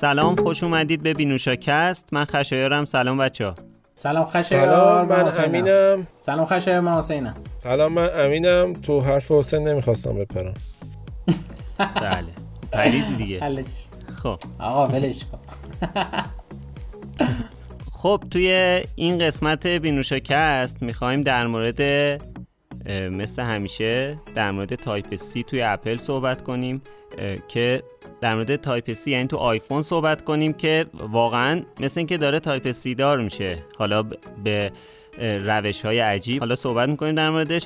سلام، خوش اومدید به بینوشاکست. من خشایارم. سلام بچه‌ها. سلام خشایار. من امینم. سلام خشایار. من حسینم. سلام من امینم. تو حرف حسین نمیخواستم بپرم. بله پرید دیگه. خب آقا ولش کن. خب توی این قسمت بینوشاکست میخوایم در مورد مثل همیشه در مورد تایپ C توی اپل صحبت کنیم که در مورد تایپ C یعنی تو آیفون صحبت کنیم که واقعا مثل این که داره تایپ C دار میشه، حالا به روش‌های عجیب. حالا صحبت میکنیم در موردش.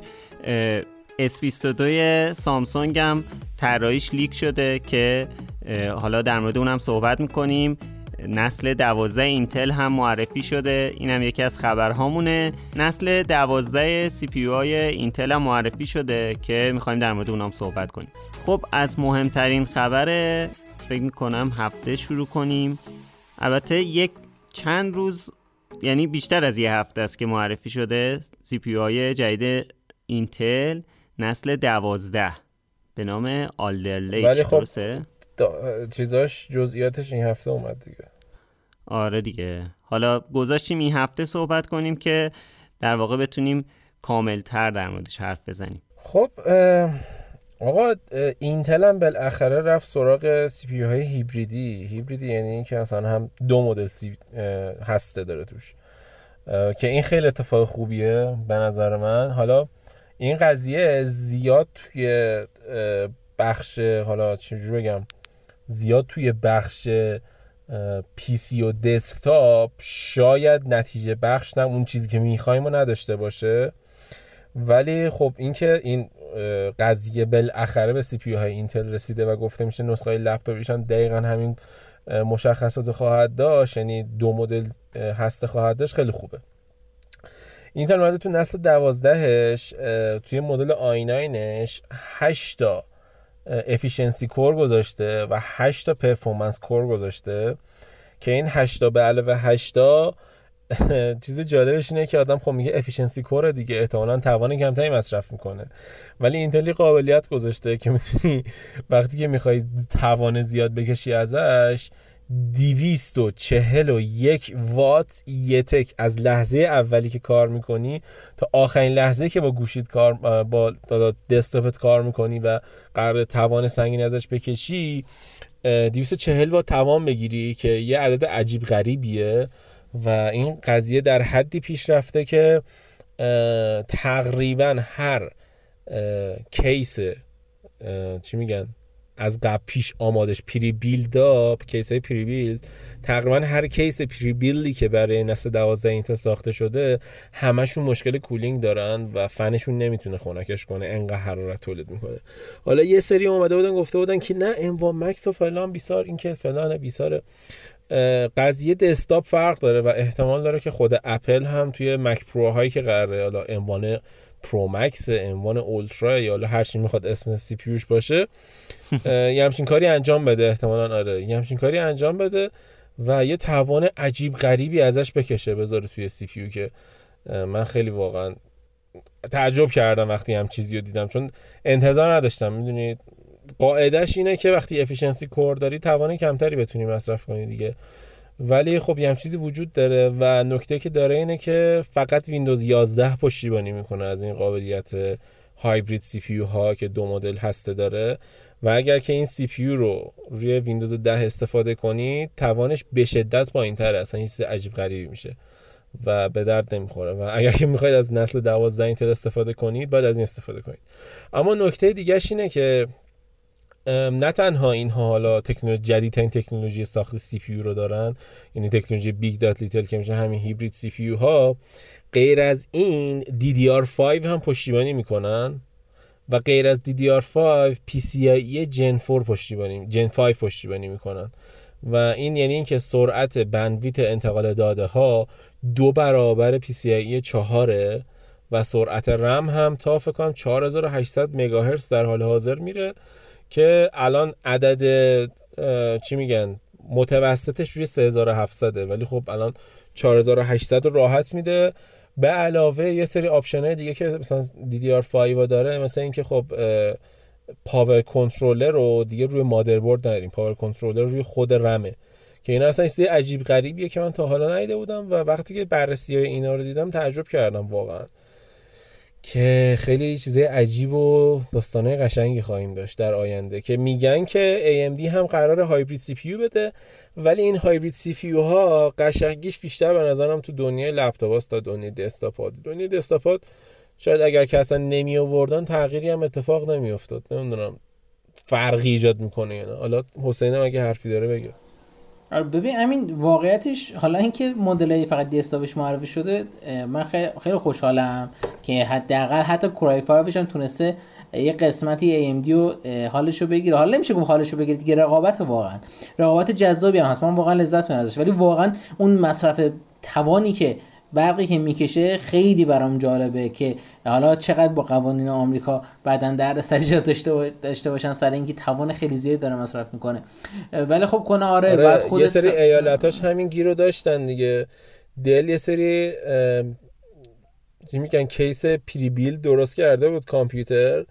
S22 سامسونگ هم طراحیش لیک شده که حالا در مورد اونم صحبت میکنیم. نسل 12 اینتل هم معرفی شده، اینم یکی از خبرهامونه. نسل 12 سی پی یو های اینتل هم معرفی شده که میخوایم در مورد اونام صحبت کنیم. خب از مهمترین خبر فکر میکنم هفته شروع کنیم. البته یک چند روز، یعنی بیشتر از یه هفته است که معرفی شده سی پی یو های جدید اینتل نسل 12 به نام آلدر لیک. ولی خب چیزاش جزئیاتش این هفته اومد دیگه. آره دیگه، حالا گذاشتیم این هفته صحبت کنیم که در واقع بتونیم کاملتر در موردش حرف بزنیم. خب آقا اینتل هم بالاخره رفت سراغ سی پی یو های هیبریدی یعنی این که مثلا هم دو مدل هسته داره توش، که این خیلی اتفاق خوبیه به نظر من. حالا این قضیه زیاد توی بخش، حالا چجوری بگم، زیاد توی بخش پی سی و دسکتاپ شاید نتیجه بخش اون چیزی که میخوایم و نداشته باشه، ولی خب این که این قضیه بالاخره به سی پی یو های اینتل رسیده و گفته میشه نسخه های لپتاپش هم دقیقاً همین مشخصات خواهد داشت، یعنی دو مدل هسته خواهد داشت، خیلی خوبه. اینتل اومده تو نسل 12ش توی مدل i9ش 8 تا افیشنسی کور گذاشته و 8 تا پرفورمنس کور گذاشته که این 8 تا به علاوه 8 تا چیز جالبش اینه که آدم خب میگه افیشنسی کور دیگه، احتمالاً توان کمتری مصرف میکنه، ولی اینتل قابلیت گذاشته که میتونی وقتی که میخوای توان زیاد بکشی ازش 241 وات یه تک از لحظه اولی که کار میکنی تا آخرین لحظه که با گوشیت کار با دسکتاپت کار میکنی و قرار توان سنگین ازش بکشی 240 وات توان بگیری که یه عدد عجیب غریبیه و این قضیه در حدی پیش رفته که تقریبا هر کیس چی میگن از قبل پیش آمادش پری بیلد کیس های پری بیلد، تقریبا هر کیس پری بیلدی که برای نسل 12 اینتل ساخته شده همشون مشکل کولینگ دارن و فنشون نمیتونه خنکش کنه، انقدر حرارت تولید میکنه. حالا یه سری اومده بودن گفته بودن که نه M1 Max و فلان بیسار، این که فلان بیساره. قضیه دسکتاپ فرق داره و احتمال داره که خود اپل هم توی مک پرو هایی که قراره حالا M1 پرو مکس، M1 اولترا یا هر چی میخواد اسم سی پی یوش باشه یه همچین کاری انجام بده، احتمالاً آره یه همچین کاری انجام بده و یه توان عجیب غریبی ازش بکشه بذاره توی سی پی یو که من خیلی واقعا تعجب کردم وقتی هم چیزی رو دیدم، چون انتظار نداشتم. میدونید قاعدش اینه که وقتی افیشنسی کور داری توان کمتری بتونی مصرف کنی دیگه، ولی خب یه هم چیزی وجود داره و نکته که داره اینه که فقط ویندوز 11 پشتیبانی میکنه از این قابلیت هایبرید سی پی یو ها که دو مدل هسته داره و اگر که این سی پی یو رو روی ویندوز 10 استفاده کنید توانش به شدت پایین‌تره، اصلا یه چیز عجیب غریبی میشه و به درد نمیخوره و اگر که میخواید از نسل 12 اینتل استفاده کنید باید از این استفاده کنید. اما نکته دیگه‌اش اینه که نه تنها اینها حالا تکنولوژی جدیدترین تکنولوژی ساخت سی پی یو رو دارن، یعنی تکنولوژی بیگ دات لیتل که میشه همین هیبرید سی پی یو ها، غیر از این DDR5 هم پشتیبانی میکنن و غیر از DDR5 PCIe Gen 5 پشتیبانی میکنن و این یعنی این که سرعت بندویت انتقال داده ها 2 برابر PCIe 4 و سرعت رم هم تا فکر کنم 4800 مگاهرتز در حال حاضر میره که الان عدد چی میگن متوسطش روی 3700 ولی خب الان 4800 رو راحت میده. به علاوه یه سری آپشن‌های دیگه که مثلا DDR5 داره، مثلا اینکه خب پاور کنترلر رو دیگه روی مادربرد نداریم، پاور کنترلر روی خود رمه که این اصلا چیز عجیب غریبیه که من تا حالا ندیده بودم و وقتی که بررسی‌های اینا رو دیدم تعجب کردم واقعا که خیلی چیزای عجیب و داستانای قشنگی خواهیم داشت در آینده که میگن که AMD هم قراره هایبرید سی پی یو بده، ولی این هایبرید سی پی یو ها قشنگیش بیشتر به نظرم تو دنیای لپتاپاست تا دنیای دسکتاپ. دنیای دسکتاپ شاید اگر که اصلا نمی آوردن تغییری هم اتفاق نمی افتاد، نمیدونم فرقی ایجاد میکنه یا نه. حالا حسین اگه حرفی داره بگه. ببین همین واقعیتش، حالا اینکه مدلای فقط دسکتاپش معرفی شده من خیلی خوشحالم که حداقل حتی کورای 5 هم تونسته یه قسمتی AMD رو حالشو بگیره. حالا نمیشه گفت حالشو بگیره دیگه، رقابت واقعا رقابت جذابی هم هست، من واقعا لذت میبرم ازش، ولی واقعا اون مصرف توانی که برقی که میکشه خیلی برام جالبه که حالا چقدر با قوانین آمریکا بعدن دردسر ایجاد داشته باشن سر اینکه توان خیلی زیاد داره مصرف میکنه. ولی خب کنه آره بعد خودت یه سری ایالتاش همین گیرو داشتن دیگه. دل یه سری چی میگن کیس پری بیلد درست کرده بود کامپیوتر،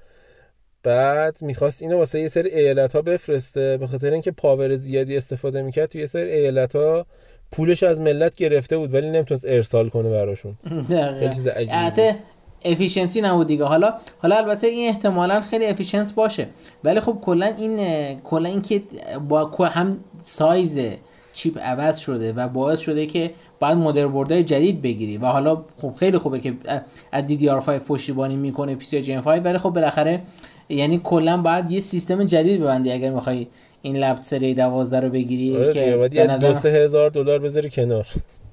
بعد میخواست اینو واسه یه سری ایالت‌ها بفرسته، به خاطر اینکه پاور زیادی استفاده میکرد توی یه سری ایالت‌ها پولش از ملت گرفته بود ولی نمیتونست ارسال کنه براشون. خیلی چیز عجیبه. افیشنسی نبود دیگه. حالا البته این احتمالاً خیلی افیشنس باشه، ولی خب کلا این که با هم سایز چیپ عوض شده و باعث شده که باید مادربردهای جدید بگیری و حالا خب خیلی خوبه که از DDR5 پشتیبانی میکنه PCIe Gen 5، ولی خب بالاخره یعنی کلا باید یه سیستم جدید ببندی اگر میخوای این لپتاپ سری 12 رو بگیری که باید $2,000 بذاری کنار.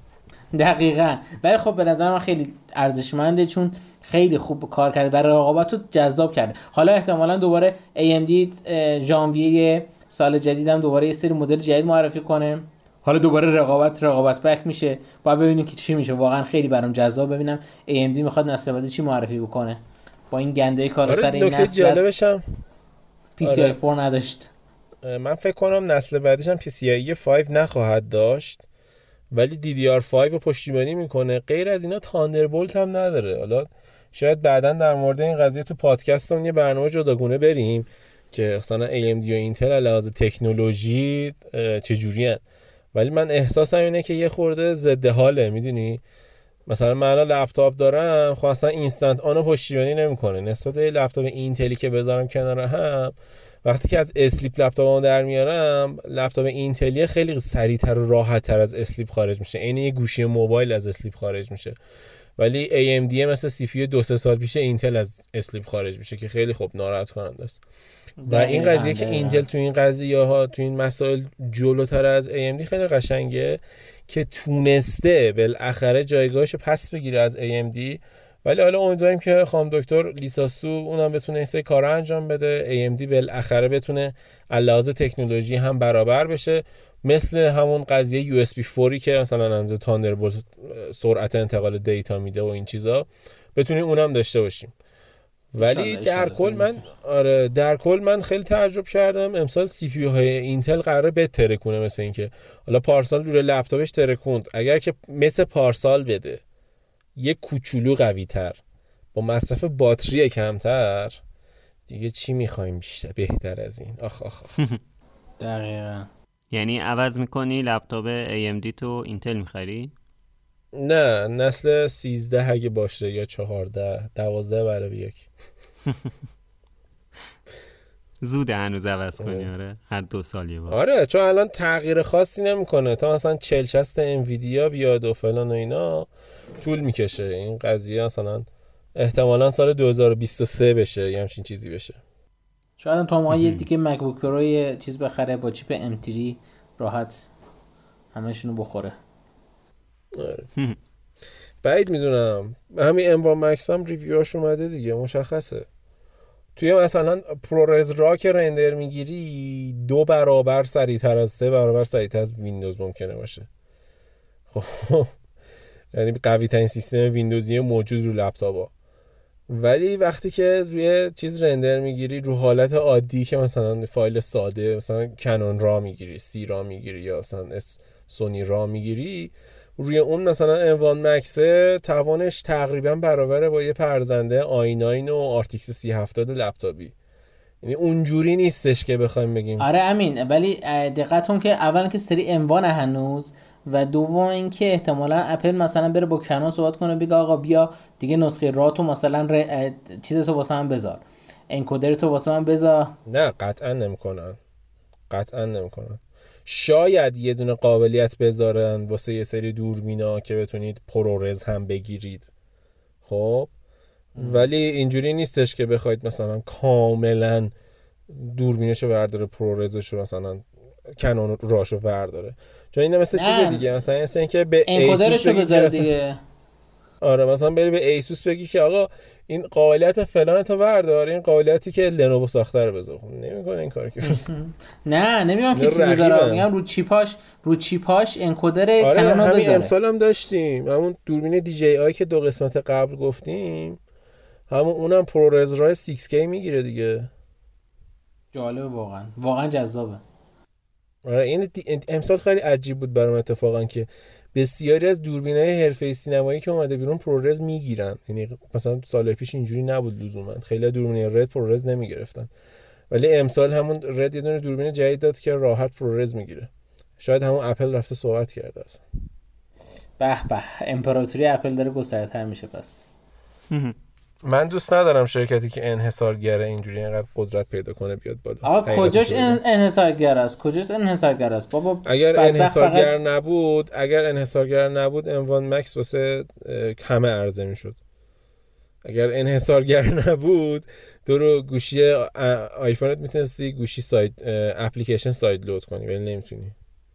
دقیقاً. ولی خب به نظر من خیلی ارزشمنده چون خیلی خوب کار کرده و رقابت رو جذاب کرده. حالا احتمالاً دوباره AMD ژانویه سال جدید هم دوباره یه سری مدل جدید معرفی کنه، حالا دوباره رقابت بک میشه، باید ببینیم که چی میشه. واقعا خیلی برام جذاب ببینم AMD میخواد نسل بعدی چی معرفی بکنه با این گنده کارا سر این نسل. جالبش هم PCIe 4 نداشت. من فکر کنم نسل بعدیش هم PCIe 5 نخواهد داشت ولی DDR5 رو پشتیبانی میکنه. غیر از اینا تاندربولت هم نداره. حالا شاید بعداً در مورد این قضیه تو پادکستمون یه برنامه جداگونه بریم که مثلا AMD و اینتل علاوه تکنولوژی چجوریه، ولی من احساسم اینه که یه خورده ضد حاله. میدونی مثلا من الان لپتاپ دارم، خب اصلا اینستنت آنو پشتیبانی نمیکنه نسبت به لپتاپ اینتلی که بذارم کنار هم. وقتی که از اسلیپ لپتاپمو در میارم، لپتاپ اینتلی خیلی سریعتر و راحت‌تر از اسلیپ خارج میشه، عین یه گوشی موبایل از اسلیپ خارج میشه. ولی AMD مثلا سی پی یو 2-3 سال پیش اینتل از اسلیپ خارج میشه که خیلی خوب ناراحت کننده است. و این قضیه که اینتل تو این قضیه ها تو این مسائل جلوتر از AMD خیلی قشنگه که تونسته بالاخره جایگاهشو پس بگیره از AMD. ولی حالا امیدواریم که خانم دکتر لیسا سو اونم بتونه این سری کارا انجام بده، AMD بالاخره بتونه علاوه تکنولوژی هم برابر بشه، مثل همون قضیه USB 4 که مثلا انزه تاندربولت سرعت انتقال دیتا میده و این چیزا، بتونیم اونم داشته باشیم. ولی در کل من خیلی تعجب کردم امسال سی پی یو های اینتل قراره بترکونه، مثل اینکه حالا پارسال روی لپتاپش ترکوند، اگر که مثل پارسال بده یه کوچولو قوی تر با مصرف باتری کمتر، دیگه چی میخوایم بیشتر بهتر از این؟ آخ دقیقاً. یعنی عوض میکنی لپتاپ AMD تو اینتل میخری؟ نه، نسل 13 اگه باشه یا 14 12/1. زوده هنوز عوض کنی. آره هر 2 سال یه بار. آره چون الان تغییر خاصی نمیکنه، تا مثلا 4060 انویدیا بیاد و فلان و اینا طول میکشه. این قضیه مثلا احتمالاً سال 2023 بشه یا همچین چیزی بشه. شاید تا ما یه دیگه مکبوک پرو یه چیز بخره با چیپ M3 راحت همشونو بخوره. آره. بعید میدونم. همین اموا مکس هم ریویوش اومده دیگه، مشخصه. توی مثلا پرورز را که رندر میگیری 2 برابر سریعتر از 3 برابر سریعتر از ویندوز ممکنه باشه. خب یعنی قوی ترین سیستم ویندوزی موجود رو لپتاپا. ولی وقتی که روی چیز رندر میگیری رو حالت عادی که مثلا فایل ساده مثلا کنون را میگیری، سی را میگیری یا مثلا سونی را میگیری، روی اون مثلا انوان مکس توانش تقریبا برابره با یه پرزنده i9 و RTX 3070 لپتاپی. یعنی اونجوری نیستش که بخوایم بگیم. آره امین، ولی دقت کن که اولا که سری M1 هنوز، و دوم اینکه احتمالاً اپل مثلا بره با کنون صحبت کنه بگه آقا بیا دیگه نسخه راتو مثلا چیزتو واسه من بذار، انکودرتو واسه من بذار. نه قطعا نمیکنن. شاید یه دونه قابلیت بذارن واسه یه سری دوربینا که بتونید پرورز هم بگیرید، خب ولی اینجوری نیستش که بخواید مثلا کاملا دوربینشو برداره پرورزشو مثلا کنون راشو برداره، چون این مثل چیز دیگه، مثلا اینکه به ایسوس بذاره دیگه. آره مثلا بری به ایسوس بگی که آقا این قابلیت فلان تو بردار، این قابلیتی که لنوو ساخته رو بذار. نمیکنه این کارو که نه نمیگم که چیزی بذاره، میگم رو چیپاش انکودر کنون رو بذاره. امسال هم داشتیم همون دوربین دی جی آی که 2 قسمت قبل گفتیم، همون اونم پرورز رای 6K میگیره دیگه. جالبه، واقعا جذابه. آره این امسال خیلی عجیب بود برام اتفاقا که بسیاری از دوربینای حرفه‌ای سینمایی که اومده بیرون پرورز میگیرن. یعنی مثلا سال پیش اینجوری نبود لزوما، خیلی دوربینای رد پرورز نمیگرفتن، ولی امسال همون رد یه دونه دوربین جدید داد که راحت پرورز میگیره. شاید همون اپل رفته صحبت کرده اصلا. به امپراتوری اپل داره گسترتر میشه. پس من دوست ندارم شرکتی که انحصارگره اینجوری اینقدر قدرت پیدا کنه بیاد بالا. آقا کجاش انحصارگر است بابا؟ اگر انحصارگر نبود M1 Max واسه همه عرضه میشد. اگر انحصارگر نبود رو گوشی آیفونت میتونستی گوشی ساید اپلیکیشن ساید لود کنی، ولی نمیتونی.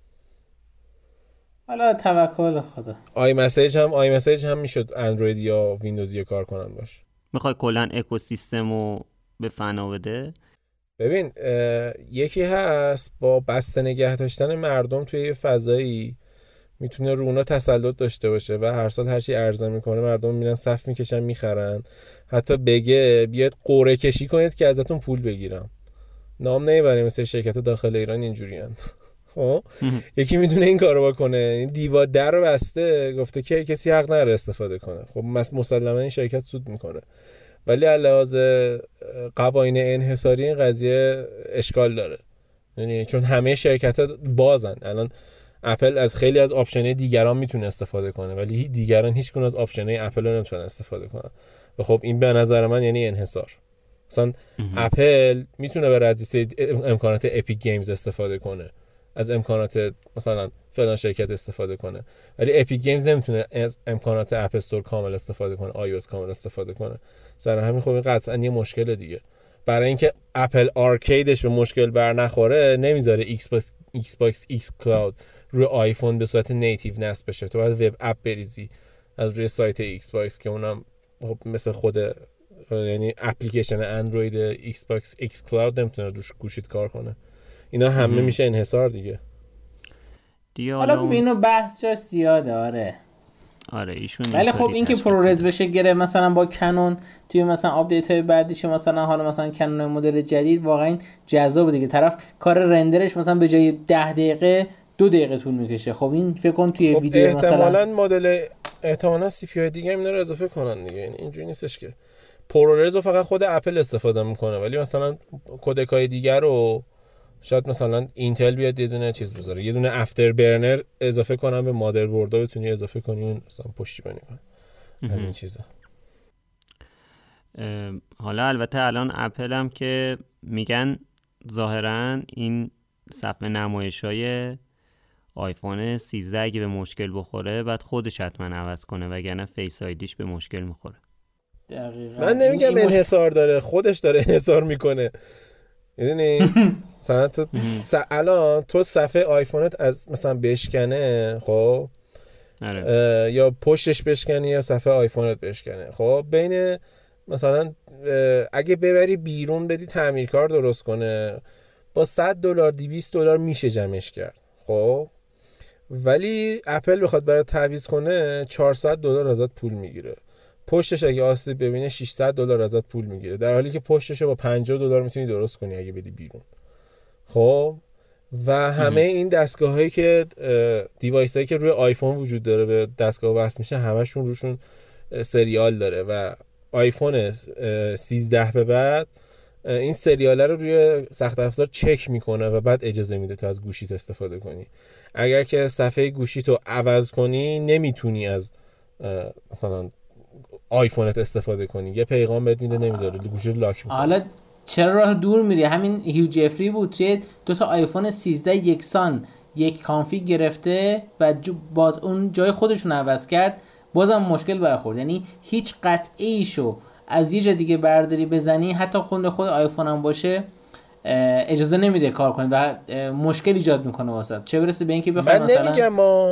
حالا توکل خدا. آی مسیج هم میشد اندروید یا ویندوزی کار کنن باش. میخوای کلا اکوسیستمو به فنا بده؟ ببین یکی هست با بسته نگه داشتن مردم توی یه فضایی میتونه رو اونا تسلط داشته باشه و هر سال هر چی عرضه میکنه مردم میرن صف میکشن میخرن، حتی بگه بیاد قرعه کشی کنید که ازتون پول بگیرم. نام نمیبریم، مثل شرکت داخل ایران اینجوریان. خب یکی میتونه این کارو بکنه، دیوار در رو بسته گفته که کسی حق نداره استفاده کنه. خب مسلما این شرکت سود میکنه، ولی علاوه قوانین انحصاری این قضیه اشکال داره. یعنی چون همه شرکت‌ها بازن، الان اپل از خیلی از آپشن‌های دیگران میتونه استفاده کنه ولی دیگران هیچکدوم از آپشن‌های اپل رو نمیتونن استفاده کنن. و خب این به نظر من یعنی انحصار. مثلا اپل میتونه بر از امکانات اپیک گیمز استفاده کنه، از امکانات مثلا فلان شرکت استفاده کنه، ولی اپیک گیمز نمیتونه از امکانات اپ استور کامل استفاده کنه، آی او اس کامل استفاده کنه. سر همین خب این قطعا یه مشکل دیگه. برای اینکه اپل آرکیدش به مشکل بر نخوره نمیذاره ایکس باکس ایکس کلاود روی آیفون به صورت نیتیو نصب بشه. تو باید وب اپ بریزی از روی سایت ایکس باکس که اونم خب مثل خود یعنی اپلیکیشن اندروید ایکس باکس ایکس کلاود نمیتونه روش گوشیت کار کنه. اینا همه میشه انحصار دیگه. حالا اینو بحث جاش زیاده. آره ایشون. ولی خب این که پرورز بشه گره مثلا با کنون توی مثلا آپدیت های بعدیش، مثلا حالا مثلا کنون مدل جدید، واقعا جذاب دیگه. طرف کار رندرش مثلا به جای 10 دقیقه 2 دقیقه طول میکشه. خب این فکر کن توی خب ویدیو مثلا احتمالاً سی پی یو دیگه اینا رو اضافه کنن دیگه. یعنی اینجوری نیستش که پرورز رو فقط خود اپل استفاده میکنه، ولی مثلا کدکای دیگر رو شاید مثلا اینتل بیاد یه دونه چیز بذاره، یه دونه افتر برنر اضافه کنن به مادربردها، بتونی اضافه کنی اون مثلا پشتیبانی کنه از این چیزا. حالا البته الان اپل هم که میگن ظاهرا این صفحه نمایش‌های آیفون 13 اگه به مشکل بخوره بعد خودش حتما عوض کنه، وگرنه فیس آیدیش به مشکل میخوره. دقیقاً. من نمیگم انحصار داره، خودش داره انحصار میکنه. میدونی مثلا تو الان تو صفحه آیفونت از مثلا بشکنه، خب یا پشتش بشکنه یا صفحه آیفونت بشکنه، خب بین مثلا اگه ببری بیرون بدی تعمیرکار درست کنه با $100 $200 میشه جمعش کرد. خب ولی اپل بخواد برای تعویض کنه $400 ازت پول میگیره. پشتش اگه آسیب ببینه $600 ازت پول میگیره، در حالی که پشتش با $50 میتونی درست کنی اگه بدی بیرون. خب و همه این دستگاهایی که دیوایسایی که روی آیفون وجود داره به دستگاه وصل میشه همشون روشون سریال داره و آیفون 13 به بعد این سریاله رو روی سخت افزار چک میکنه و بعد اجازه میده تو از گوشیت استفاده کنی. اگر که صفحه گوشیتو عوض کنی نمیتونی از مثلا آیفونت استفاده کنی، یه پیغام بهت میده نمیذاره، گوشی رو لاک میکنه. حالا چرا راه دور میری؟ همین هیو جفری بود توی 2 آیفون 13 یکسان یک کانفیگ گرفته و با اون جای خودشون عوض کرد، بازم مشکل برخورد. یعنی هیچ قطعیشو از یه جا دیگه برداری بزنی، حتی خود آیفون هم باشه، اجازه نمیده کار کنی و مشکل ایجاد میکنه واسط. چه برسه به اینکه بخوای مثلا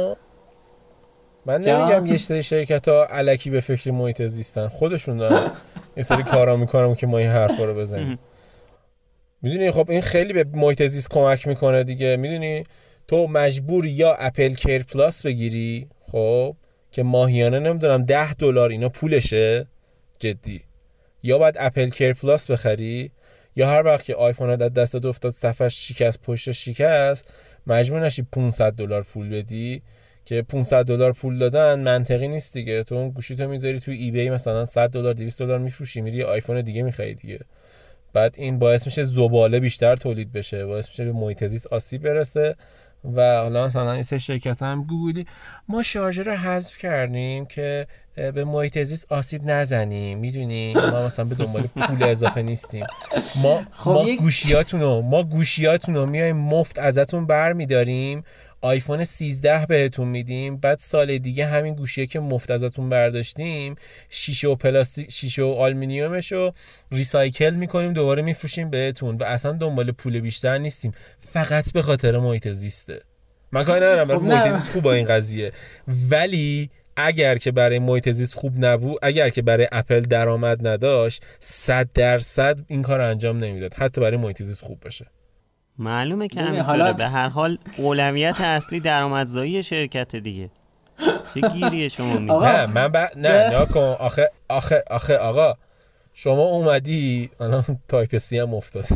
من نمیگم یه سری شرکت‌ها الکی به فکر محیط زیستن، خودشون دارن یه سری کارا میکنن که ما این حرفا رو بزنیم. میدونی خب این خیلی به محیط زیست کمک میکنه دیگه. میدونی تو مجبوری یا اپل کیر پلاس بگیری، خب که ماهیانه نمیدونم $10 اینا پولشه جدی، یا باید اپل کیر پلاس بخری، یا هر وقت که آیفونت از دستت افتاد صفحش شکست، پشتش شکست، مجبور نشی $500 پول بدی که $500 پول دادن منطقی نیست دیگه. تو اون گوشیتو میذاری تو ای بی مثلا $100 $200 میفروشی، میری آیفون دیگه میخری دیگه. بعد این باعث میشه زباله بیشتر تولید بشه، باعث میشه به محیط زیست آسیب برسه. و حالا مثلا این سه شرکت هم گوگلی ما شارژر رو حذف کردیم که به محیط زیست آسیب نزنیم، میدونی ما مثلا به دنبال پول اضافه نیستیم، ما گوشیاتون رو میایم مفت ازتون برمیداریم، آیفون 13 بهتون میدیم، بعد سال دیگه همین گوشیه که مفت ازتون برداشتیم شیشه و پلاستیک، شیشه و آلومینیومش رو ریسایکل میکنیم دوباره میفروشیم بهتون و اصلا دنبال پول بیشتر نیستیم، فقط به خاطر محیط زیسته. من کاری ندارم محیط زیست خوب با این قضیه، ولی اگر که برای محیط زیست خوب نبود، اگر که برای اپل درآمد نداشت 100% این کار انجام نمیداد، حتی برای محیط زیست خوب باشه. معلومه که همینطوره. به هر حال اولویت اصلی درآمدزایی شرکت دیگه. چه گیریه شما میگی؟ نه کن. آخه آقا شما اومدی الان تایپ سی هم افتاد.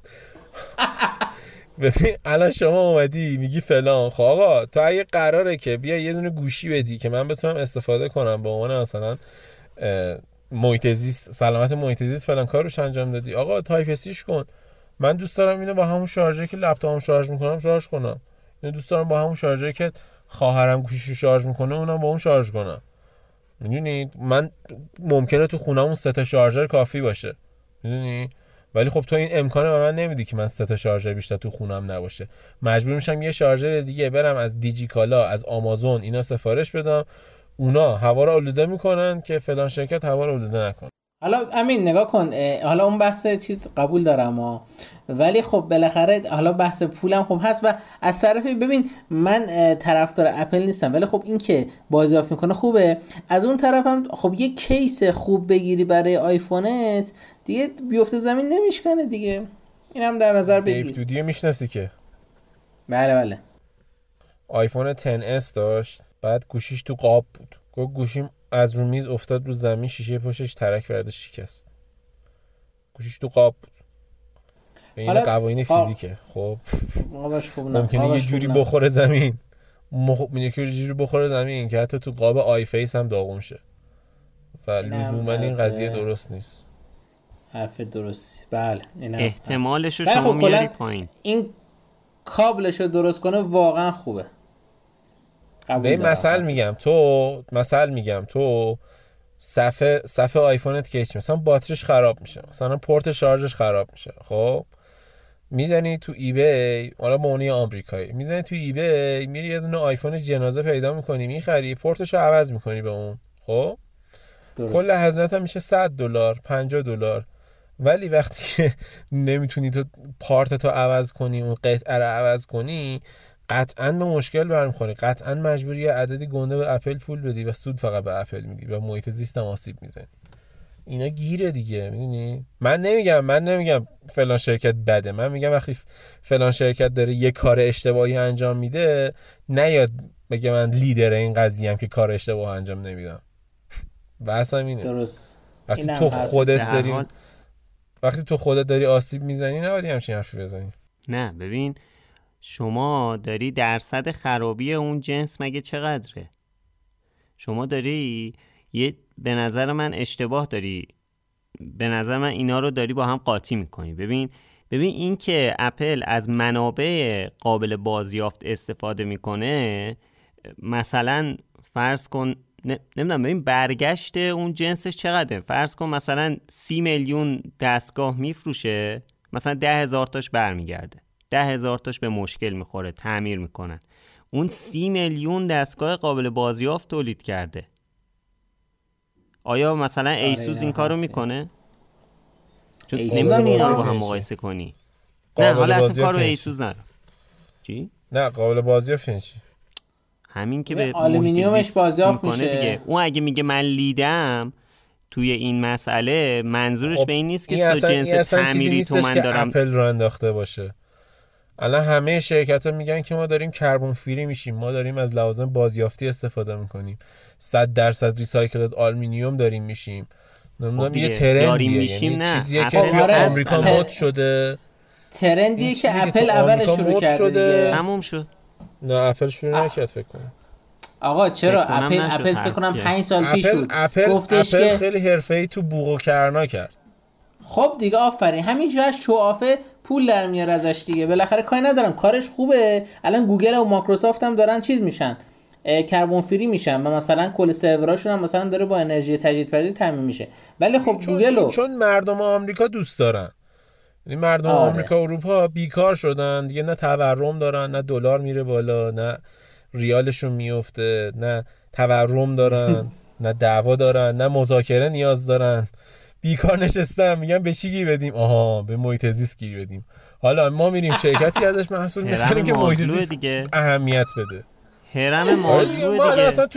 ببین الان شما اومدی میگی فلان. خب آقا تو اگه قراره که بیا یه دونه گوشی بدی که من بتونم استفاده کنم به عنوان مثلا محیط زیست، سلامت محیط زیست فلان کاروش انجام دادی، آقا تایپ سیش کن. من دوست دارم اینو با همون شارژری که لپتاپم شارژ میکنم شارژ کنم، اینو دوست دارم با همون شارژری که خواهرم گوشیشو شارژ میکنه اونم با اون شارژ کنم. میدونید من ممکنه تو خونمون 3 شارژر کافی باشه، میدونی، ولی خب تو این امکانه به من نمیدی که من 3 شارژر بیشتر تو خونم نباشه. مجبور میشم یه شارژر دیگه برم از دیجیکالا، از آمازون اینا سفارش بدم، اونا هوا رو آلوده میکنن که فلان شرکت هوا رو آلوده نکنه. حالا امین نگاه کن، حالا اون بحث چیز قبول دارم ولی خب بالاخره حالا بحث پولم خب هست و از طرفی ببین من طرفدار اپل نیستم، ولی خب این که بازیافت میکنه خوبه. از اون طرفم خب یه کیس خوب بگیری برای آیفونت دیگه بیفته زمین نمیشکنه دیگه، اینم در نظر بگیر. دیو دودی میشناسی که؟ بله آیفون 10s داشت، بعد گوشیش تو قاب بود، گوشیم از رو میز افتاد رو زمین، شیشه پشتش ترک برداشت شکست، گوشیش تو قاب بود. این قوانین فیزیکه. خب ممکنه یه جوری بخوره زمین، یه جوری بخوره زمین که حتی تو قاب آی فیس هم داغون شه و لزوما این قضیه درست نیست. حرف درستی. بله احتمالش رو شما میاری پایین. این کابلش رو درست کنه واقعا خوبه. به مثل میگم تو صفحه آیفونت که مثلا باتریش خراب میشه، مثلا پورت شارژش خراب میشه، خب میزنی تو ای بی، حالا مونی آمریکایی، میزنی تو ای بی، میری یه دونه آیفون جنازه پیدا میکنی، میخری، پورتشو عوض میکنی به اون، خب کل هزینه‌ت میشه $100 $50. ولی وقتی که نمیتونی تو پارتتو عوض کنی، اون قطعه رو عوض کنی، قطعاً به مشکل برمیخوری، قطعاً مجبوری یه عددی گنده به اپل پول بدی و سود فقط به اپل میدی و محیط زیست هم آسیب میزنی. اینا گیره دیگه، میدونی. من نمیگم فلان شرکت بده، من میگم وقتی فلان شرکت داره یه کار اشتباهی انجام میده نیاد بگه من لیدر این قضیه ام که کار اشتباه انجام نمیدم. بحثم اینه. درست. وقتی تو خودت داری آسیب میزنی نباید همچین حرفی بزنی. نه ببین شما داری درصد خرابی اون جنس مگه چقدره؟ شما داری به نظر من اشتباه داری به نظر من اینا رو داری با هم قاطی میکنی. ببین این که اپل از منابع قابل بازیافت استفاده میکنه، مثلا فرض کن نمیدونم ببین برگشت اون جنسش چقدره. فرض کن مثلا 30 میلیون دستگاه میفروشه، مثلا 10,000 تاش برمیگرده، 10,000 تاش به مشکل میخوره، تعمیر میکنن. اون 30 میلیون دستگاه قابل بازیافت تولید کرده. آیا مثلا ایسوس این کارو میکنه؟ چون نمیتونی اینا رو با هم مقایسه کنی. نه حالا اصلا کارو ایسوس نداره. چی؟ نه قابل بازیافت چی؟ همین که به آلومینیومش بازیافت میشه دیگه. اون اگه میگه من لیدم توی این مسئله، منظورش خب به این نیست که تو جنس تعمیری تو من دارم. اپل رو انداخته باشه. الان همه شرکت‌ها میگن که ما داریم کربن فری میشیم، ما داریم از لوازم بازیافتی استفاده میکنیم، 100% ریسایکلد آلومینیوم داریم میشیم. نمیدونم یه ترندیه، یعنی چیزیه که توی آمریکا مد شده، ترندیه که اپل اولش شروع کرده دیگه. تموم شد. نه اپل شروع نکرد فکر کنم. آقا چرا اپل فکر کنم 5 سال پیش بود گفتش اپل که خیلی حرفه‌ای تو بوق و کرنا کرد. خب دیگه آفرین، همینجوری از شوافه پول در میاره ازش دیگه. بالاخره کاری ندارم، کارش خوبه. الان گوگل و مایکروسافت هم دارن چیز میشن، کربن فری میشن، و مثلا کل سروراشون هم مثلا داره با انرژی تجدیدپذیر تامین میشه. ولی خب گوگل چون مردم آمریکا دوست دارن، یعنی مردم آمریکا و اروپا بیکار شدن دیگه، نه تورم دارن، نه دلار میره بالا، نه ریالشون میفته، نه تورم دارن نه دعوا دارن، نه مذاکره نیاز دارن، بیکار نشستن میگن به چی گیر بدیم؟ آها به محیط زیست گیر بدیم. حالا ما میریم شرکتی ازش محصول میخریم که محیط زیست اهمیت بده. هرم موضوع ما دیگه. اصلا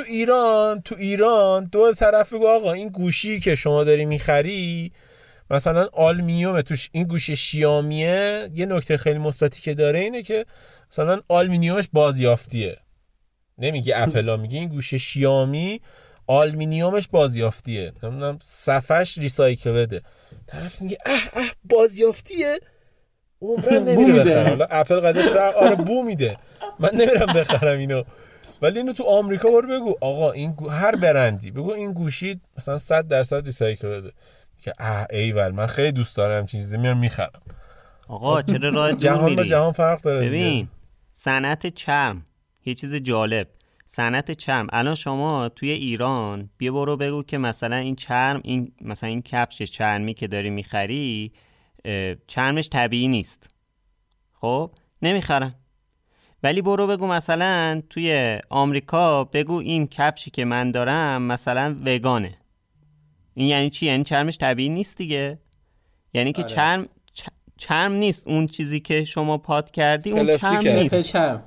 تو ایران دو طرف بگو آقا این گوشی که شما داری میخری مثلا آلومینیومه توش، این گوشی شیائمیه، یه نکته خیلی مثبتی که داره اینه که مثلا آلومینیومش بازیافتیه. نمیگه اپل، میگه این گوشی شیائمی آلومینیومش بازیافتیه، نمیدونم صفحش ریسایکلده. طرف میگه بازیافتیه، عمرن نمیره بخره. حالا اپل قضیهش آره بو میده، من نمیرم بخرم اینو. ولی اینو تو آمریکا برو بگو آقا این هر برندی بگو این گوشی مثلا 100% ریسایکلده، که ایول من خیلی دوست دارم همین چیزی، میام میخرم. آقا چرا راه دور جهان میری؟ با جهان فرق داره. ببین صنعت چرم یه چیز جالب. صنعت چرم الان شما توی ایران بیا برو بگو که مثلا این چرم، این مثلا این کفش چرمی که داری میخری چرمش طبیعی نیست، خب نمیخرن. ولی برو بگو مثلا توی آمریکا بگو این کفشی که من دارم مثلا وگانه، این یعنی چی؟ یعنی چرمش طبیعی نیست دیگه. یعنی که چرم نیست اون چیزی که شما پات کردی، اون چرم نیست،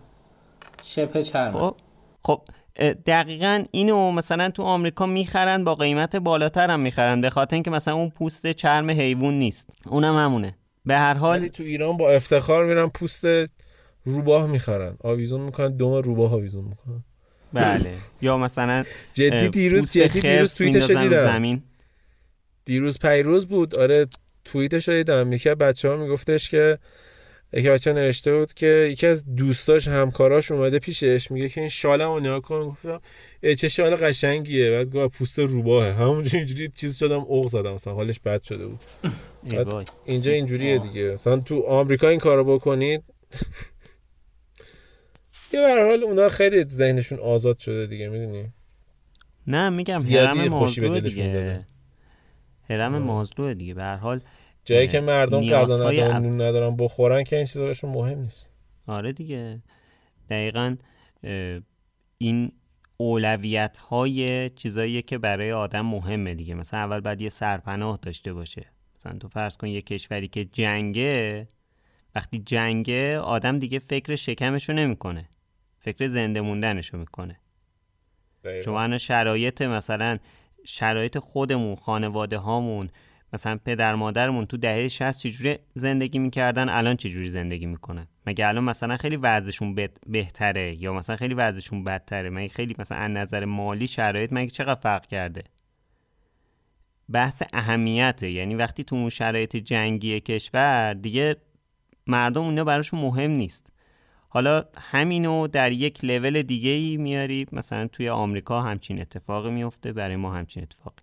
شبه چرم. خب دقیقاً اینو مثلا تو آمریکا میخرن، با قیمت بالاتر هم میخرن، به خاطر اینکه مثلا اون پوست چرم حیوان نیست، اونم همونه. به هر حال ولی تو ایران با افتخار میرن پوست روباه میخرن، آویزون میکنن، دم روباه آویزون میکنن. بله. یا مثلا جدی دیروز توییتش دیدم، دیروز پیروز بود، آره توییتش دیدم، یکی از بچه‌ها میگفتش که یکی بچه نوشته بود که یکی از دوستاش همکاراش اومده پیشش میگه که این شالمو نگاه کن، گفتم چه شال قشنگیه، بعد گفت پوست روباهه. همونجوری اینجوری چیز شدم، اوق زدم، مثلا حالش بد شده بود. اینجا اینجوریه دیگه، مثلا تو آمریکا این کارو بکنید یه به هر حال اونا خیلی ذهنشون آزاد شده دیگه، میدونی. نه میگم هرم مازلو دیگه، هرم مازلو دیگه. به هر حال جایی که مردم غذا ندارن، نون ندارن بخورن، که این چیزا بهشون مهم نیست. آره دیگه، دقیقاً این اولویت‌های چیزاییه که برای آدم مهمه دیگه. مثلا اول باید یه سرپناه داشته باشه. مثلا تو فرض کن یه کشوری که جنگه، وقتی جنگه آدم دیگه فکر شکمشو نمیکنه، فکر زنده موندنشو میکنه. شما الان شرایط، مثلا شرایط خودمون، خانواده هامون، مثلا پدر مادرمون تو دهه 60 چجوری زندگی میکردن، الان چجوری زندگی میکنن؟ مگه الان مثلا خیلی وضعشون بهتره یا مثلا خیلی وضعشون بدتره؟ مگه خیلی مثلا از نظر مالی شرایط مگه چقدر فرق کرده؟ بحث اهمیته. یعنی وقتی تو اون شرایط جنگی کشور دیگه مردم اینا براشون مهم نیست. حالا همینو در یک لول دیگه‌ای میاری، مثلا توی آمریکا همچین اتفاقی میفته، برای ما همچین اتفاقی.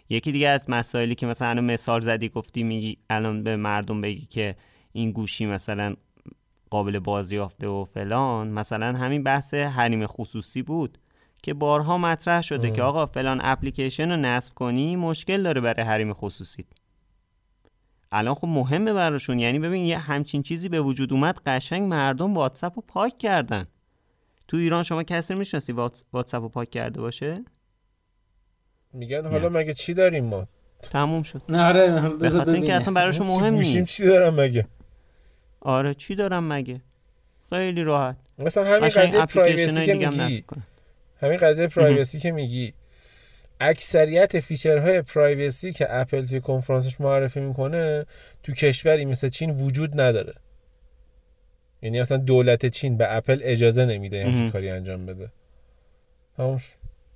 یکی دیگه از مسائلی که مثلا الان مثال زدی گفتی میگی الان به مردم بگی که این گوشی مثلا قابل بازیافته و فلان، مثلا همین بحث حریم خصوصی بود که بارها مطرح شده که آقا فلان اپلیکیشن رو نصب کنی مشکل داره برای حریم خصوصی. الان خب مهمه براشون، یعنی ببین یه همچین چیزی به وجود اومد قشنگ مردم واتساپ رو پاک کردن. تو ایران شما کسی میشناسی واتساپ رو پاک کرده باشه؟ میگن حالا مگه چی داریم ما؟ تموم شد. نه آره به خاطر اینکه اصلا براشون مهم نیست. چی دارم مگه؟ آره چی دارم مگه؟ خیلی راحت. مثلا همین قضیه پرایوسی که میگی، همین قضیه پرایوسی که میگی، اکثریت فیچرهای پرایوسی که اپل توی کنفرانسش معرفی میکنه تو کشوری مثل چین وجود نداره. یعنی اصلا دولت چین به اپل اجازه نمیده همچین کاری انجام بده. تمامش.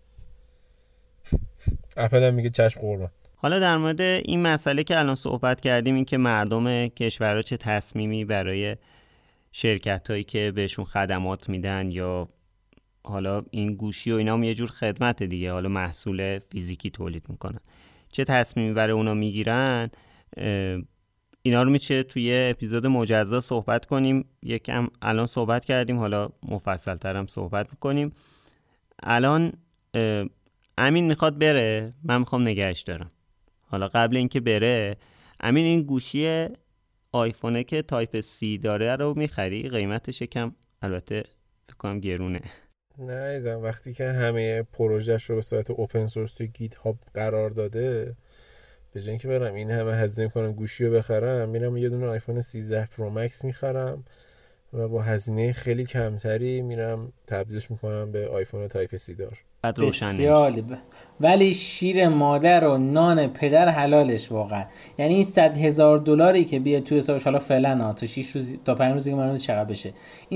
اپل هم میگه چشم قربان. حالا در مورد این مسئله که الان صحبت کردیم، این که مردم کشورها چه تصمیمی برای شرکتایی که بهشون خدمات میدن یا حالا این گوشی و اینا هم یه جور خدمت دیگه، حالا محصول فیزیکی تولید میکنن، چه تصمیمی برای اونا میگیرن، اینا رو میشه توی اپیزود مجزا صحبت کنیم. یکم الان صحبت کردیم، حالا مفصل تر هم صحبت میکنیم. الان امین میخواد بره، من میخوام نگهش دارم. حالا قبل اینکه بره، امین این گوشی آیفونه که تایپ C داره رو میخری؟ قیمتش یکم البته فکر کنم گرونه. نه ایزم، وقتی که همه پروژهش رو به صورت اوپن سورس توی گیت هاب قرار داده، به جای اینکه برم این همه هزینه کنم گوشی رو بخرم، میرم یه دونه آیفون 13 پرو مکس میخرم و با هزینه خیلی کمتری میرم تبدیلش میکنم به آیفون تایپ C دار. بسیار ولی شیر مادر و نان پدر حلالش واقعا. یعنی این $100,000 که بیاد توی حسابش، حالا فعلا تا 6 روز تا 5 روز دیگه معلومه چقدر بشه، این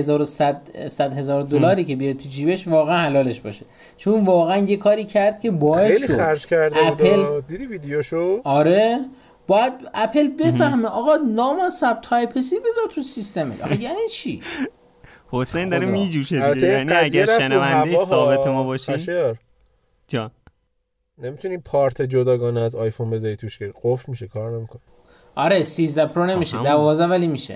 $100,000 که بیاد تو جیبش واقعا حلالش باشه، چون واقعا یه کاری کرد که باعث خیلی شد خرج کرده اپل بود. دیدی ویدیوشو؟ آره باید اپل بفهمه آقا نامصب تایپ سی بذار تو سیستمت. آقا یعنی چی؟ حسین داره میجوشه دیگه. یعنی اگر شنونده ثابت ما باشی جان نمیتونی پارت جداگانه از آیفون بذاری توش که قفل میشه، کار نمیکنه. آره 13 پرو نمیشه، 12 ولی میشه.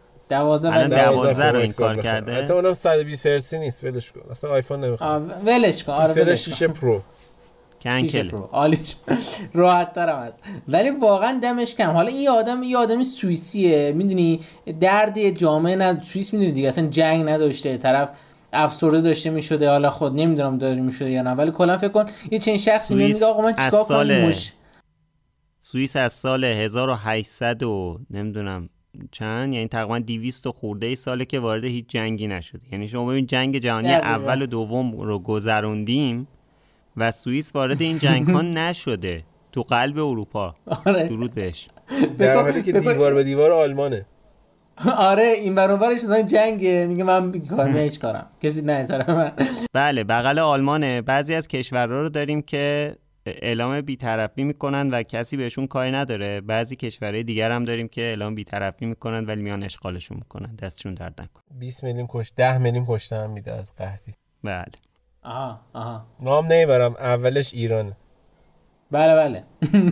12 رو این کار کرده. حتی اونم 120 هرتزی نیست، ولش کن. اصلا آیفون نمیخواد. ولش کن. آره ولش کن. 6 پرو کنکل عالیش راحت ترم است، ولی واقعا دمش کم. حالا این آدم سوئیسیه، میدونی درد جامعه نه سوئیس، میدونی دیگه اصلا جنگ نداشته، طرف افسرده داشته میشده، حالا خود نمیدونم داری میشده یا نه، ولی کلا فکر کن یه چنین شخصی میگه آقا من چیکار کنم. سوئیس از سال 1800 و نمیدونم چند، یعنی تقریبا 200 خورده ای ساله که وارد هیچ جنگی نشده. یعنی شما ببین جنگ جهانی اول و دوم رو گذروندیم و سوئیس وارد این جنگ ها نشده، تو قلب اروپا. آره. درود بهش. در حالی که دیوار به دیوار آلمانه. آره این برابرش مثلا جنگه، میگه من هیچ کارم کسی نمیذاره من. بله بغل آلمانه. بعضی از کشورها رو داریم که اعلام بی‌طرفی میکنن و کسی بهشون کاری نداره. بعضی کشورهای دیگر هم داریم که اعلام بی‌طرفی میکنن ولی میان اشغالشون میکنن، دستشون درد نکنه. 20 میلیون 10 میلیون کشته هم میده از قحطی. بله. آها نام نمیبرم، اولش ایرانه. بله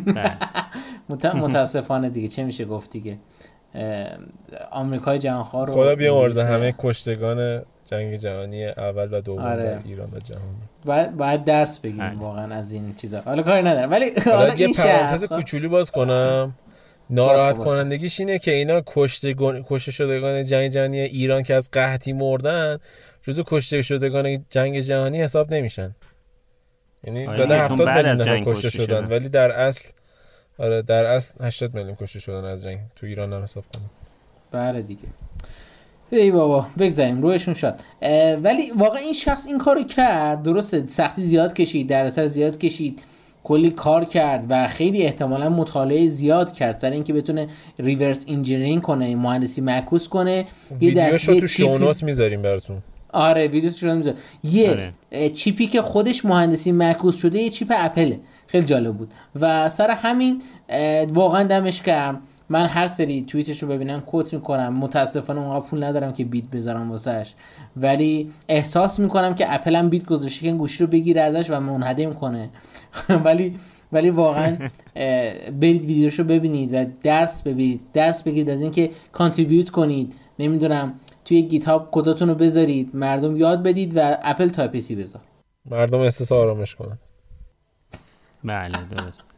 متاسفانه دیگه چه میشه گفت دیگه. آمریکای جهانخوار رو خدا بیامرزه همه کشتگان جنگ جهانی اول و دوم در ایران و جهان. باید درس بگیریم واقعا از این چیزا. حالا کاری ندارم، ولی حالا یه پرانتز کوچولی باز کنم. ناراحت کنندگیش اینه که اینا کشته شدگان جنگ جهانی ایران که از قحطی مردن جزو کشته شدگان جنگ جهانی حساب نمیشن. یعنی زده 70 میلیون کشته شدن ولی در اصل 80 میلیون کشته شدن از جنگ تو ایران هم حساب کنیم. بله دیگه. ای بابا بگذاریم رویشون شد. ولی واقعا این شخص این کارو کرد، درسته سختی زیاد کشید، دردسر زیاد کشید، کلی کار کرد و خیلی احتمالاً مطالعه زیاد کرد سر اینکه بتونه ریورس انجینیرینگ کنه، مهندسی معکوس کنه. ویدیوشو تو شونوت میذاریم براتون. آره ویدیوشو میذارم. یه چیپی که خودش مهندسی معکوس شده، یه چیپ اپله، خیلی جالب بود و سر همین واقعا دمش گرم. من هر سری توییتش رو ببینم کوت میکنم. متاسفانه اونقدر پول ندارم که بیت بذارم واسش، ولی احساس میکنم که اپل هم بیت گذاشته که گوشی رو بگیره ازش و منهدم کنه. ولی ولی واقعا برید ویدیوشو ببینید و درس بگیرید از اینکه کانتریبیوت کنید، نمیدونم توی گیت هاب کداتون رو بذارید، مردم یاد بدید و اپل تایپ سی بذار، مردم احساس آرامش کنن. بله درست.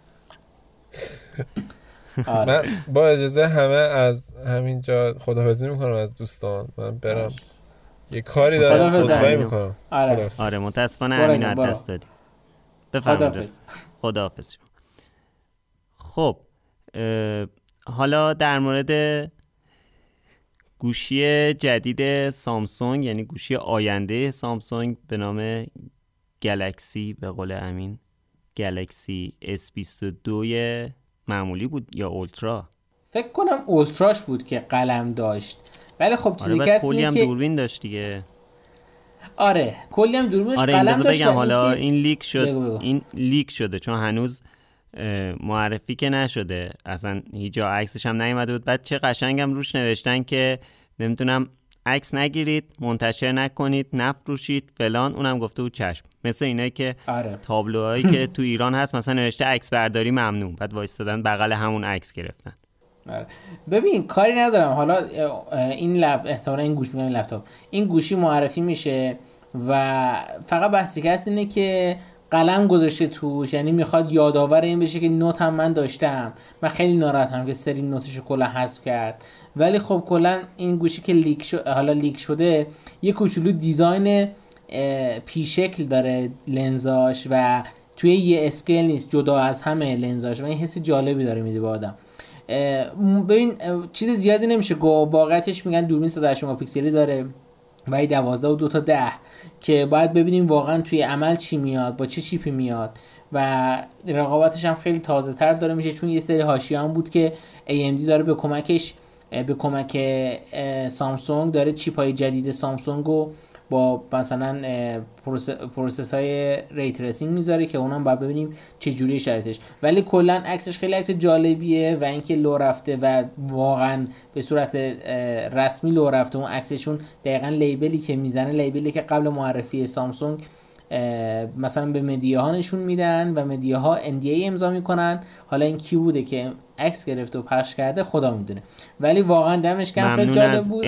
من با اجازه همه از همینجا خداحافظی میکنم از دوستان، من برم یه کاری دارم، عذرخواهی میکنم. آره متاسفانه همین از دست دادیم. بفرمایید. خداحافظ. خب حالا در مورد گوشی جدید سامسونگ، یعنی گوشی آینده سامسونگ به نام گلکسی، به قول امین گلکسی S22 معمولی بود یا اولترا؟ فکر کنم اولتراش بود که قلم داشت. ولی خب چیزی که هست کلی هم که دوربین داشت دیگه. آره کلی هم دوربینش قلم داشت. بگم حالا این لیک شد. این لیک شده چون هنوز معرفی که نشده، اصلا هیچ جا عکسش هم نیومده بود. بعد چه قشنگم روش نوشتن که نمیتونم عکس نگیرید، منتشر نکنید، نفروشید فلان. اونم گفته بود چشم. مثل اینایی که تابلوهایی که تو ایران هست مثلا نوشته عکس برداری ممنوع، بعد وایستادن بغل همون عکس گرفتن. ببین کاری ندارم، حالا این احتمالاً این گوشی لپتاپ این گوشی معرفی میشه و فقط بحثی که هست اینه که قلم گذاشته توش، یعنی میخواد یادآور این بشه که نوت هم من داشتم. من خیلی ناراحتم که سری نوتشو کلا حذف کرد. ولی خب کلا این گوشی که لیک شده یه کوچولو دیزاین پی شکل داره لنزاش و توی یه اسکیل نیست، جدا از همه لنزاش و این حس جالبی داره میده به آدم. ببین چیز زیادی نمیشه گفت، واقعیتش میگن دوربین 108 مگاپیکسلی داره و 12 و 2 تا 10 که باید ببینیم واقعا توی عمل چی میاد، با چه چیپی میاد و رقابتش هم خیلی تازه تر داره میشه، چون یه سری حاشیه هم بود که AMD داره به کمک سامسونگ داره چیپ‌های جدید سامسونگو با مثلا پروسس های ری تریسینگ میذاره که اونم باید ببینیم چه جوری شرایطش. ولی کلا عکسش خیلی عکس جالبیه و اینکه لو رفته و واقعا به صورت رسمی لو رفته. اون عکسشون دقیقاً لیبلی که میزنه لیبلی که قبل معرفی سامسونگ مثلا به مدیاها نشون میدن و مدیاها NDA امضا میکنن. حالا این کی بوده که عکس گرفته و پخش کرده خدا میدونه، ولی واقعا دمش گرم خیلی جالب بود.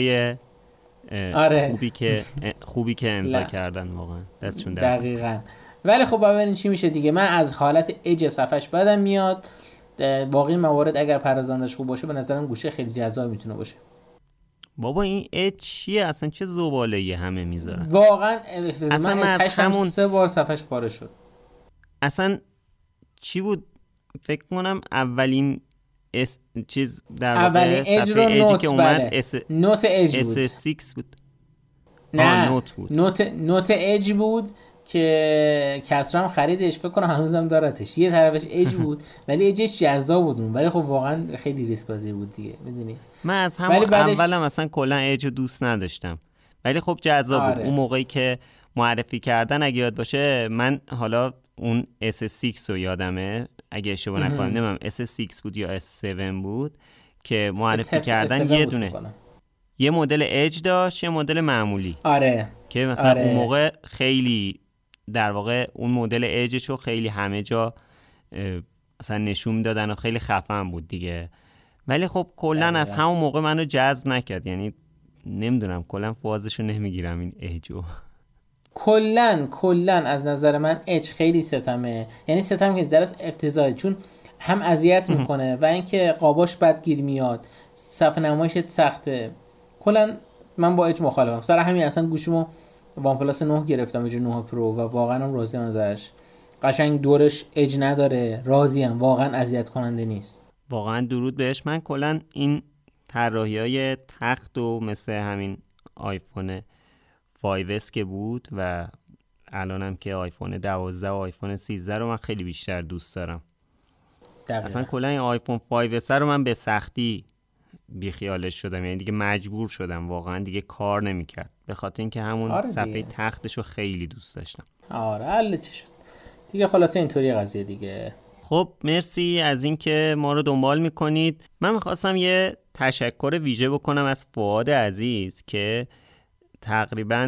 آره خوبی که امضا کردن، واقعا دستشون درد. دقیقاً. ولی خب ببینیم چی میشه دیگه. من از حالت اج صفحش بدم میاد. باقی موارد اگر پردازندش خوب باشه به نظرم گوشه خیلی جذاب میتونه باشه. بابا این اج چیه اصلا؟ چه زباله‌ای همه میذارن واقعا. اصلا من از همون 3 بار صفحش پاره شد. اصلا چی بود؟ فکر کنم اولین چیز در اولین اج رو نوت که اومد نوت اج بود. S6 بود. نه نوت بود. نوت اج بود که کسرا هم خریدش، فکر کنم هنوزم دارتش. یه طرفش اج بود ولی اجش جذاب بود، ولی خب واقعا خیلی ریسک پذیر بود دیگه، میدونی. من از همون اولم اصلا کلا اج دوست نداشتم، ولی خب جذاب بود. اون موقعی که معرفی کردن اگه یاد باشه، من حالا اون S6 رو یادمه اگه اشتباه نکنم، نمیدونم S6 بود یا S7 بود که معرفی کردن. یه دونه یه مدل اج داشت، یه مدل معمولی. آره که مثلا اون موقع خیلی در واقع اون مدل اجش رو خیلی همه جا مثلا نشون میدادن و خیلی خفن بود دیگه. ولی خب کلا از همون موقع منو جذب نکرد، یعنی نمیدونم کلا فازشو نمیگیرم این اجو. کلا از نظر من اج خیلی ستمه، یعنی ستم که درست افتضاحه، چون هم اذیت میکنه و اینکه قاباش بدگیر میاد، صفحه نمایش سخته. کلا من با اج مخالفم. سر همین اصلا گوشیمو وان پلاس 9 گرفتم، اج 9 پرو، و واقعا هم راضی ام ازش. قشنگ دورش اج نداره، راضیم، واقعا اذیت کننده نیست. واقعا درود بهش. من کلا این طراحی‌های تخت و مثل همین آیفون 5S که بود و الانم که آیفون 12 و آیفون 13 رو من خیلی بیشتر دوست دارم. اصلا کلا این آیفون 5S رو من به سختی بیخیالش شدم، یعنی دیگه مجبور شدم، واقعا دیگه کار نمیکرد، به خاطر اینکه همون صفحه تختش رو خیلی دوست داشتم. آره حل چی شد دیگه، خلاصه اینطوری قضیه دیگه. خب مرسی از اینکه ما رو دنبال میکنید. من میخواستم یه تشکر ویژه بکنم از فؤاد عزیز که تقریبا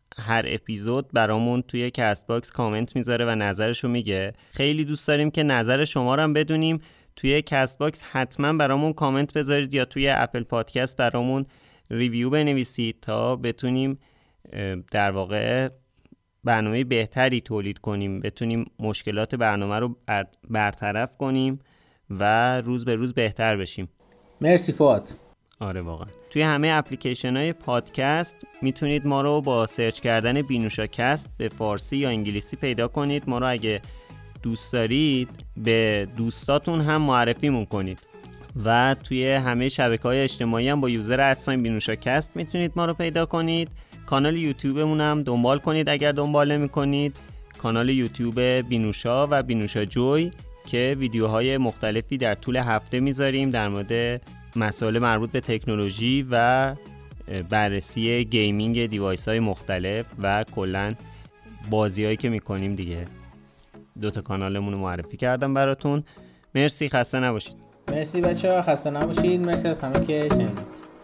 هر اپیزود برامون توی کست باکس کامنت میذاره و نظرشو میگه. خیلی دوست داریم که نظر شما رو هم بدونیم. توی کست باکس حتما برامون کامنت بذارید یا توی اپل پادکست برامون ریویو بنویسید تا بتونیم در واقع برنامه بهتری تولید کنیم، بتونیم مشکلات برنامه رو برطرف کنیم و روز به روز بهتر بشیم. مرسی فؤاد. آره واقعا. توی همه اپلیکیشن های پادکست میتونید ما رو با سرچ کردن بینوشاکست به فارسی یا انگلیسی پیدا کنید. ما رو اگه دوست دارید به دوستاتون هم معرفیمون کنید و توی همه شبکه‌های اجتماعی هم با یوزر @بینوشاکست میتونید ما رو پیدا کنید. کانال یوتیوبمون هم دنبال کنید اگر دنبال نمی‌کنید. کانال یوتیوب بینوشا و بینوشا جوی که ویدیوهای مختلفی در طول هفته میذاریم در مورد مسائل مربوط به تکنولوژی و بررسی گیمینگ دیوایس‌های مختلف و کلاً بازی‌هایی که می‌کنیم دیگه. 2 تا کانالمون رو معرفی کردم براتون. مرسی، خسته نباشید. مرسی بچه‌ها، خسته نباشید. مرسی از همه که شنیدید.